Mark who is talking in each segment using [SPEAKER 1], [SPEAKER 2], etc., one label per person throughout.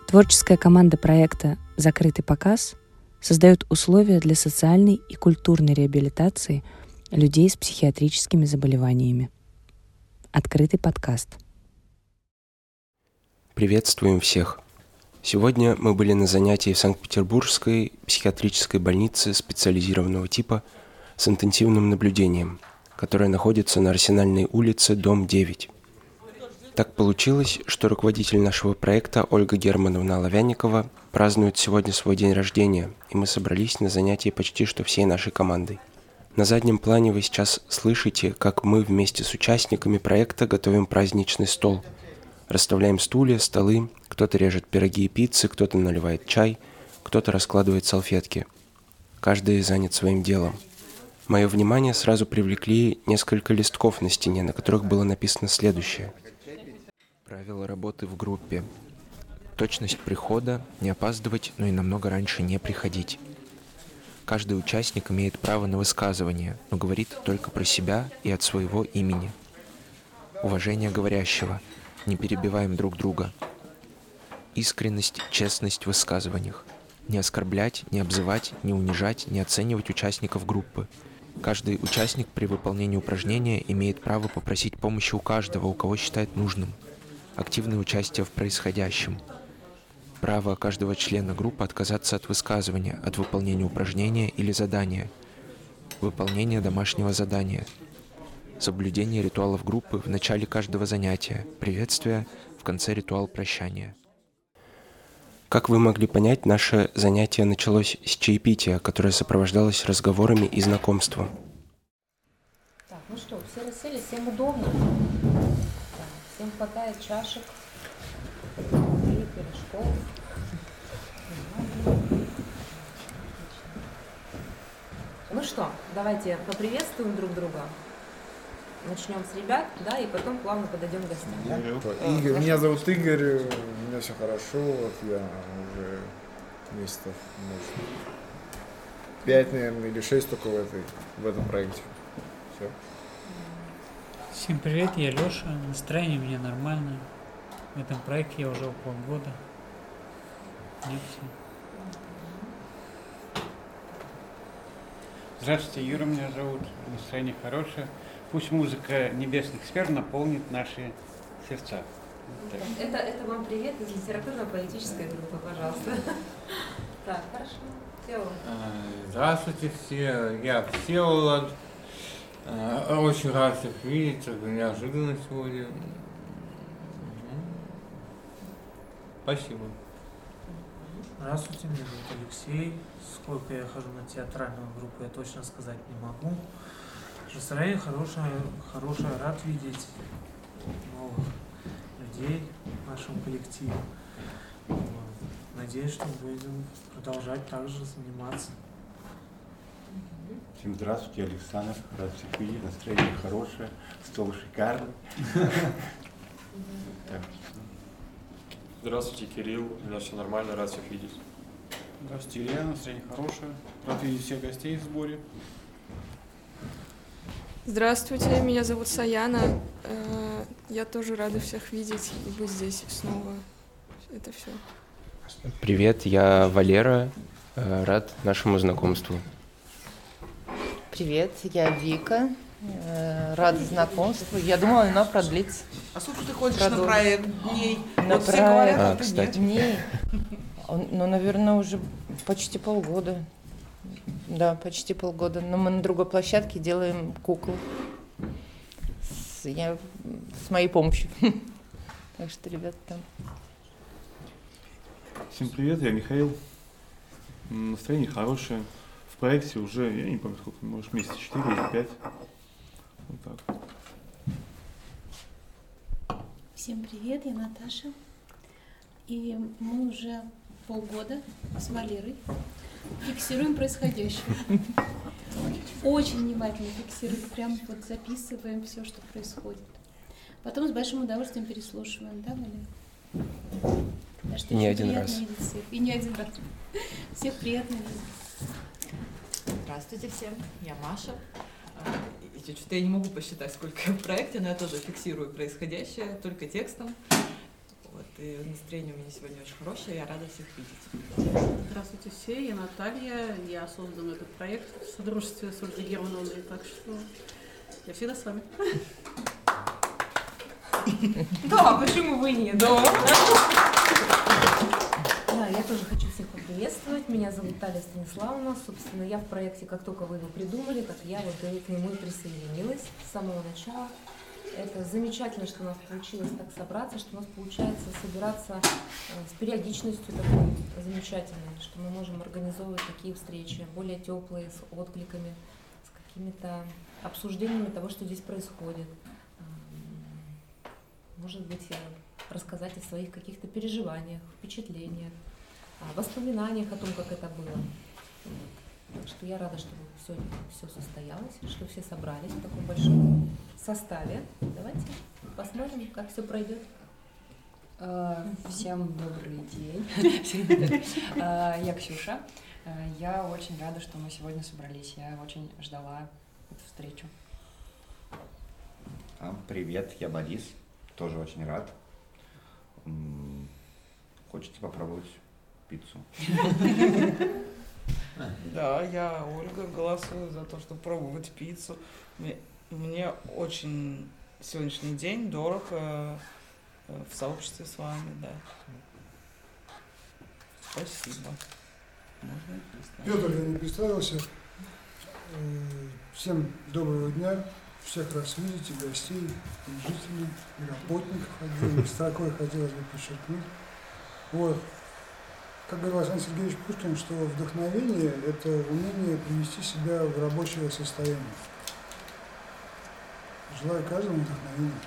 [SPEAKER 1] Творческая команда проекта «Закрытый показ» создает условия для социальной и культурной реабилитации людей с психиатрическими заболеваниями. Открытый подкаст.
[SPEAKER 2] Приветствуем всех! Сегодня мы были на занятии в Санкт-Петербургской психиатрической больнице специализированного типа с интенсивным наблюдением, которая находится на Арсенальной улице, дом 9. Так получилось, что руководитель нашего проекта Ольга Германовна Оловянникова празднует сегодня свой день рождения, и мы собрались на занятии почти что всей нашей командой. На заднем плане вы сейчас слышите, как мы вместе с участниками проекта готовим праздничный стол. Расставляем стулья, столы, кто-то режет пироги и пиццы, кто-то наливает чай, кто-то раскладывает салфетки. Каждый занят своим делом. Мое внимание сразу привлекли несколько листков на стене, на которых было написано следующее. Правила работы в группе. Точность прихода, не опаздывать, но и намного раньше не приходить. Каждый участник имеет право на высказывание, но говорит только про себя и от своего имени. Уважение говорящего. Не перебиваем друг друга. Искренность, честность в высказываниях. Не оскорблять, не обзывать, не унижать, не оценивать участников группы. Каждый участник при выполнении упражнения имеет право попросить помощи у каждого, у кого считает нужным. Активное участие в происходящем. Право каждого члена группы отказаться от высказывания, от выполнения упражнения или задания. Выполнение домашнего задания. Соблюдение ритуалов группы в начале каждого занятия. Приветствие, в конце ритуал прощания. Как вы могли понять, наше занятие началось с чаепития, которое сопровождалось разговорами и знакомством.
[SPEAKER 3] Так, ну что, все расселись, всем удобно? Всем хватает чашек и пирожков. Ну что, давайте поприветствуем друг друга. Начнем с ребят, да, и потом плавно подойдем к гостям. Да?
[SPEAKER 4] Игорь, меня зовут Игорь, у меня все хорошо, вот я уже месяцев, может, 5, наверное, или 6 только в этом проекте. Все.
[SPEAKER 5] Всем привет, я Леша, настроение у меня нормальное. В этом проекте я уже полгода. Нет, все.
[SPEAKER 6] Здравствуйте, Юра меня зовут, настроение хорошее. Пусть музыка небесных сфер наполнит наши сердца.
[SPEAKER 3] Это вам привет из литературно-поэтической группы, пожалуйста. Так, хорошо. Всеволод.
[SPEAKER 7] Здравствуйте все, я Всеволод. Очень рад всех видеть, неожиданно сегодня. Спасибо.
[SPEAKER 8] Здравствуйте, меня зовут Алексей. Сколько я хожу на театральную группу, я точно сказать не могу. Настроение хорошее, рад видеть новых людей в нашем коллективе. Надеюсь, что будем продолжать также заниматься.
[SPEAKER 9] Всем здравствуйте, Александр. Рад всех видеть. Настроение хорошее, стол шикарный.
[SPEAKER 10] Здравствуйте, Кирилл. У меня все нормально, рад всех видеть.
[SPEAKER 11] Здравствуйте, Илья. Настроение хорошее. Рад видеть всех гостей в сборе.
[SPEAKER 12] Здравствуйте, меня зовут Саяна. Я тоже рада всех видеть и быть здесь снова. Это все.
[SPEAKER 2] Привет, я Валера. Рад нашему знакомству.
[SPEAKER 13] Привет, я Вика. Рада знакомству. Я думала, она продлится.
[SPEAKER 14] А сколько ты ходишь на проект дней?
[SPEAKER 13] На
[SPEAKER 14] вот все говорят,
[SPEAKER 2] кстати.
[SPEAKER 13] Дней. Ну, наверное, уже почти полгода. Да, почти полгода. Но мы на другой площадке делаем кукол. С моей помощью. Так что, ребята, там.
[SPEAKER 11] Всем привет, я Михаил. Настроение хорошее. В проекте уже, я не помню сколько, может, месяца 4 или 5. Вот так.
[SPEAKER 15] Всем привет, я Наташа. И мы уже полгода с Валерой фиксируем происходящее. Очень внимательно фиксируем, прям вот записываем все, что происходит. Потом с большим удовольствием переслушиваем, да, Валера? Так что
[SPEAKER 2] не
[SPEAKER 15] очень
[SPEAKER 2] один
[SPEAKER 15] приятно
[SPEAKER 2] раз.
[SPEAKER 15] видеть всех. И не один раз. Всех приятно видеть.
[SPEAKER 16] Здравствуйте всем, я Маша. Что-то я не могу посчитать, сколько я в проекте, но я тоже фиксирую происходящее только текстом. Вот. И настроение у меня сегодня очень хорошее, я рада всех видеть.
[SPEAKER 17] Здравствуйте все, я Наталья, я создала этот проект в содружестве с Ольгой Германовной, так что я всегда с вами.
[SPEAKER 3] Да, почему бы и нет? Да, я тоже хочу всех поприветствовать. Меня зовут Таля Станиславовна. Собственно, я в проекте, как только вы его придумали, так я вот к нему и присоединилась с самого начала. Это замечательно, что у нас получилось так собраться, что у нас получается собираться с периодичностью такой замечательной, что мы можем организовывать такие встречи, более теплые, с откликами, с какими-то обсуждениями того, что здесь происходит. Может быть, рассказать о своих каких-то переживаниях, впечатлениях, воспоминаниях о том, как это было. Так что я рада, что сегодня все состоялось, что все собрались в таком большом составе. Давайте посмотрим, как все пройдет.
[SPEAKER 18] Всем добрый день. Я Ксюша. Я очень рада, что мы сегодня собрались. Я очень ждала эту встречу.
[SPEAKER 19] Привет, я Борис. Тоже очень рад. Хочется попробовать пиццу?
[SPEAKER 14] Да, я Ольга, голосую за то, чтобы пробовать пиццу. Мне очень сегодняшний день дорог в сообществе с вами, да. Спасибо.
[SPEAKER 20] Петр, я не представился. Всем доброго дня. Всех раз видите, гостей, и жителей, и работников отдельно. Строкой хотелось бы подчеркнуть. Вот. Как говорил Александр Сергеевич Пушкин, что вдохновение – это умение привести себя в рабочее состояние. Желаю каждому вдохновения.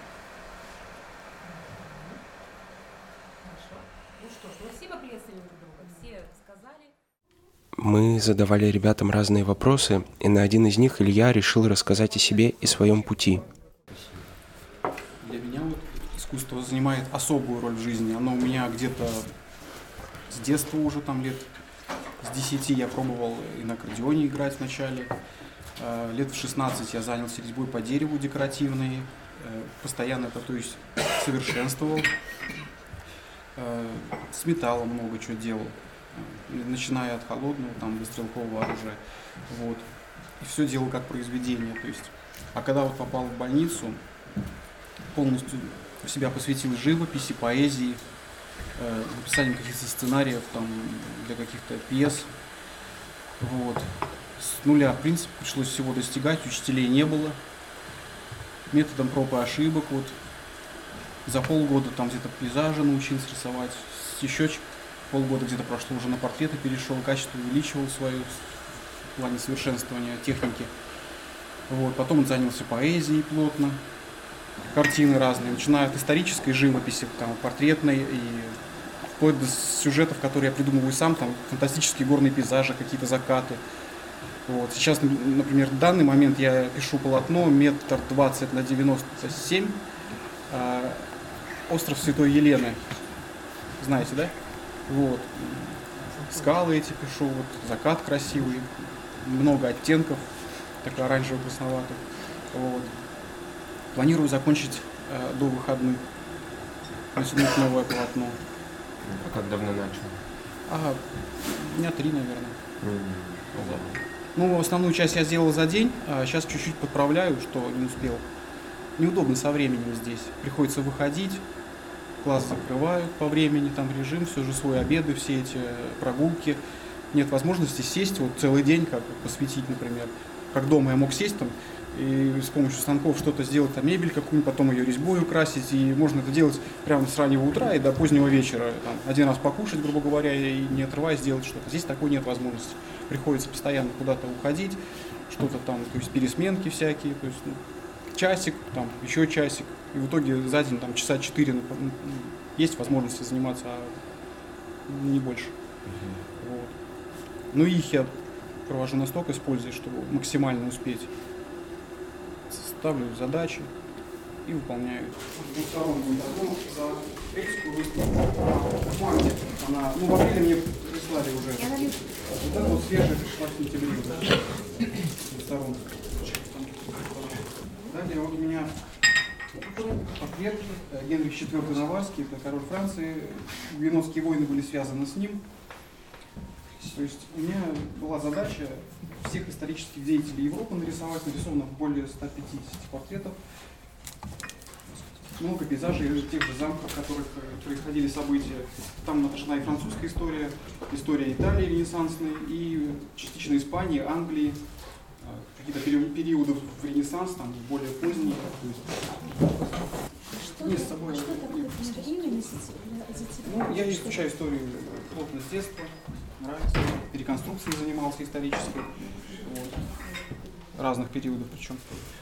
[SPEAKER 3] Хорошо. Ну что ж, мы все поприветствовали друг друга, все сказали.
[SPEAKER 2] Мы задавали ребятам разные вопросы, и на один из них Илья решил рассказать о себе и своем пути.
[SPEAKER 21] Для меня вот искусство занимает особую роль в жизни. Оно у меня где-то с детства уже, там лет с 10 я пробовал и на аккордеоне играть вначале. Лет в 16 я занялся резьбой по дереву декоративной, постоянно это, то есть, совершенствовал. С металлом много чего делал, начиная от холодного, там, до стрелкового оружия. Вот. И все делал как произведение. То есть. А когда вот попал в больницу, полностью себя посвятил живописи, поэзии, написанием каких-то сценариев там, для каких-то пьес. Вот. С нуля, в принципе, пришлось всего достигать, учителей не было. Методом проб и ошибок. Вот. За полгода там где-то пейзажи научился рисовать, еще полгода где-то прошло, уже на портреты перешел, качество увеличивал свое в плане совершенствования техники. Вот. Потом занялся поэзией плотно, картины разные, начиная от исторической живописи, там, портретной, и вплоть до сюжетов, которые я придумываю сам, там фантастические горные пейзажи, какие-то закаты. Вот. Сейчас, например, в данный момент я пишу полотно 1,20 м на 97 м, остров Святой Елены, знаете, да? Вот. Скалы эти пишу, вот, закат красивый, много оттенков, такой оранжево-красноватый. Вот. Планирую закончить до выходных, натянуть новое полотно.
[SPEAKER 2] А как давно начал?
[SPEAKER 21] Дня 3, наверное. Ну, основную часть я сделал за день, а сейчас чуть-чуть подправляю, что не успел. Неудобно со временем здесь. Приходится выходить, класс закрывают по времени, там режим, все же свои обеды, все эти прогулки. Нет возможности сесть вот целый день, как посвятить, например. Как дома я мог сесть там и с помощью станков что-то сделать, там мебель какую-нибудь, потом ее резьбой украсить. И можно это делать прямо с раннего утра и до позднего вечера. Там, один раз покушать, грубо говоря, и не отрываясь сделать что-то. Здесь такой нет возможности. Приходится постоянно куда-то уходить, что-то там, то есть пересменки всякие, то есть часик, там еще часик. И в итоге за день там часа 4 есть возможность заниматься, а не больше. Вот. Ну и их я провожу настолько с пользой, чтобы максимально успеть. Ставлю задачи и выполняю. Она, в апреле мне прислали уже. Вот это вот свежая пришла в сентябре. Далее вот у меня Портрет Генрих IV Наварский, это король Франции. Гугенотские войны были связаны с ним. То есть у меня была задача всех исторических деятелей Европы нарисовать. Нарисовано более 150 портретов. Много пейзажей тех же замков, в которых происходили события. Там отражена и французская история, история Италии ренессансной, и частично Испании, Англии, какие-то периоды в Ренессанс, там более поздние.
[SPEAKER 15] Что такое именно за тебя?
[SPEAKER 21] Я изучаю историю плотно с детства, нравится. Реконструкцией занимался исторической, вот. Разных периодов причем.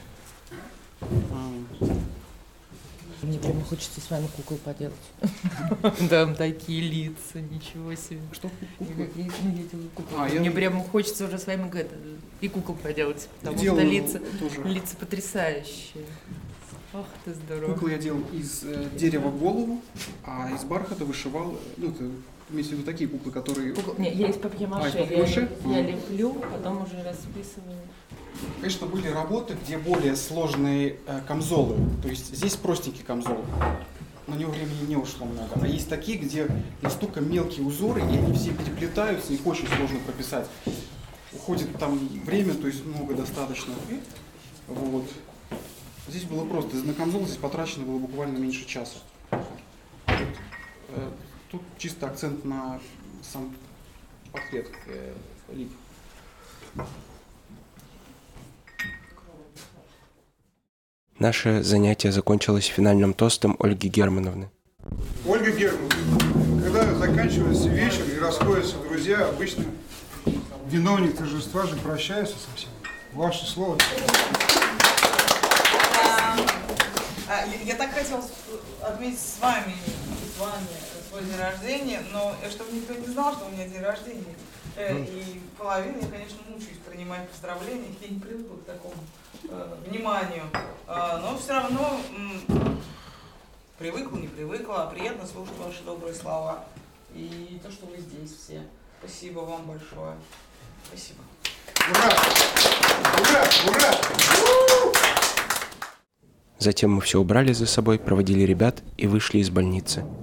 [SPEAKER 13] Мне прямо хочется с вами кукол поделать. Там такие лица, ничего себе.
[SPEAKER 21] Что?
[SPEAKER 13] Я делаю кукол.
[SPEAKER 21] Я...
[SPEAKER 13] Мне прямо хочется уже с вами и кукол поделать, потому что лица потрясающие. Ох, ты здорово.
[SPEAKER 21] Куклы я делал из дерева голову, а из бархата вышивал, ну, это имеется в виду такие куклы, которые...
[SPEAKER 13] Не, я из папье-маше. Я леплю, потом уже расписываю.
[SPEAKER 21] Конечно, были работы, где более сложные камзолы. То есть здесь простенький камзол. На него времени не ушло много. А есть такие, где настолько мелкие узоры, и они все переплетаются, их очень сложно прописать. Уходит там время, то есть много достаточно. Вот. Здесь было просто. На камзол здесь потрачено было буквально меньше часа. Тут чисто акцент на сам портрет лип.
[SPEAKER 2] Наше занятие закончилось финальным тостом Ольги Германовны.
[SPEAKER 20] Ольга Германовна, когда заканчивается вечер и расходятся друзья, обычно виновник торжества же прощается со всеми. Ваше слово.
[SPEAKER 14] Я так хотела отметить с вами свой день рождения, но чтобы никто не знал, что у меня день рождения. И половину я, конечно, мучаюсь принимать поздравления, я не привыкла к такому вниманию. Но все равно привыкла, не привыкла, приятно слушать ваши добрые слова. И то, что вы здесь все. Спасибо вам большое. Спасибо.
[SPEAKER 20] Ура! Ура! Ура!
[SPEAKER 2] Затем мы все убрали за собой, проводили ребят и вышли из больницы.